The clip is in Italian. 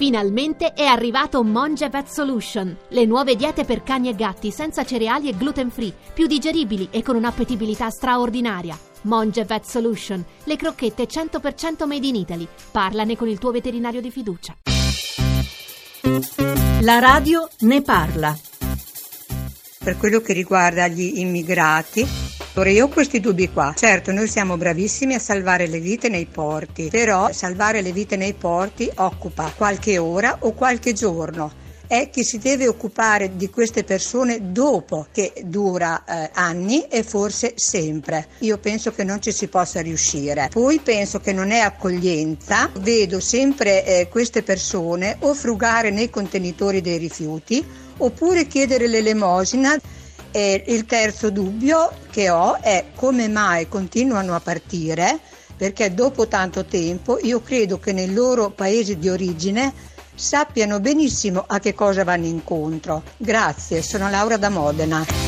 Finalmente è arrivato Monge Vet Solution, le nuove diete per cani e gatti senza cereali e gluten free, più digeribili e con un'appetibilità straordinaria. Monge Vet Solution, le crocchette 100% made in Italy. Parlane con il tuo veterinario di fiducia. La radio ne parla. Per quello che riguarda gli immigrati, ora io ho questi dubbi qua. Certo, noi siamo bravissimi a salvare le vite nei porti, però salvare le vite nei porti occupa qualche ora o qualche giorno. È chi si deve occupare di queste persone dopo, che dura anni e forse sempre. Io penso che non ci si possa riuscire. Poi penso che non è accoglienza. Vedo sempre queste persone o frugare nei contenitori dei rifiuti oppure chiedere l'elemosina. E il terzo dubbio che ho è come mai continuano a partire, perché dopo tanto tempo io credo che nei loro paesi di origine sappiano benissimo a che cosa vanno incontro. Grazie, sono Laura da Modena.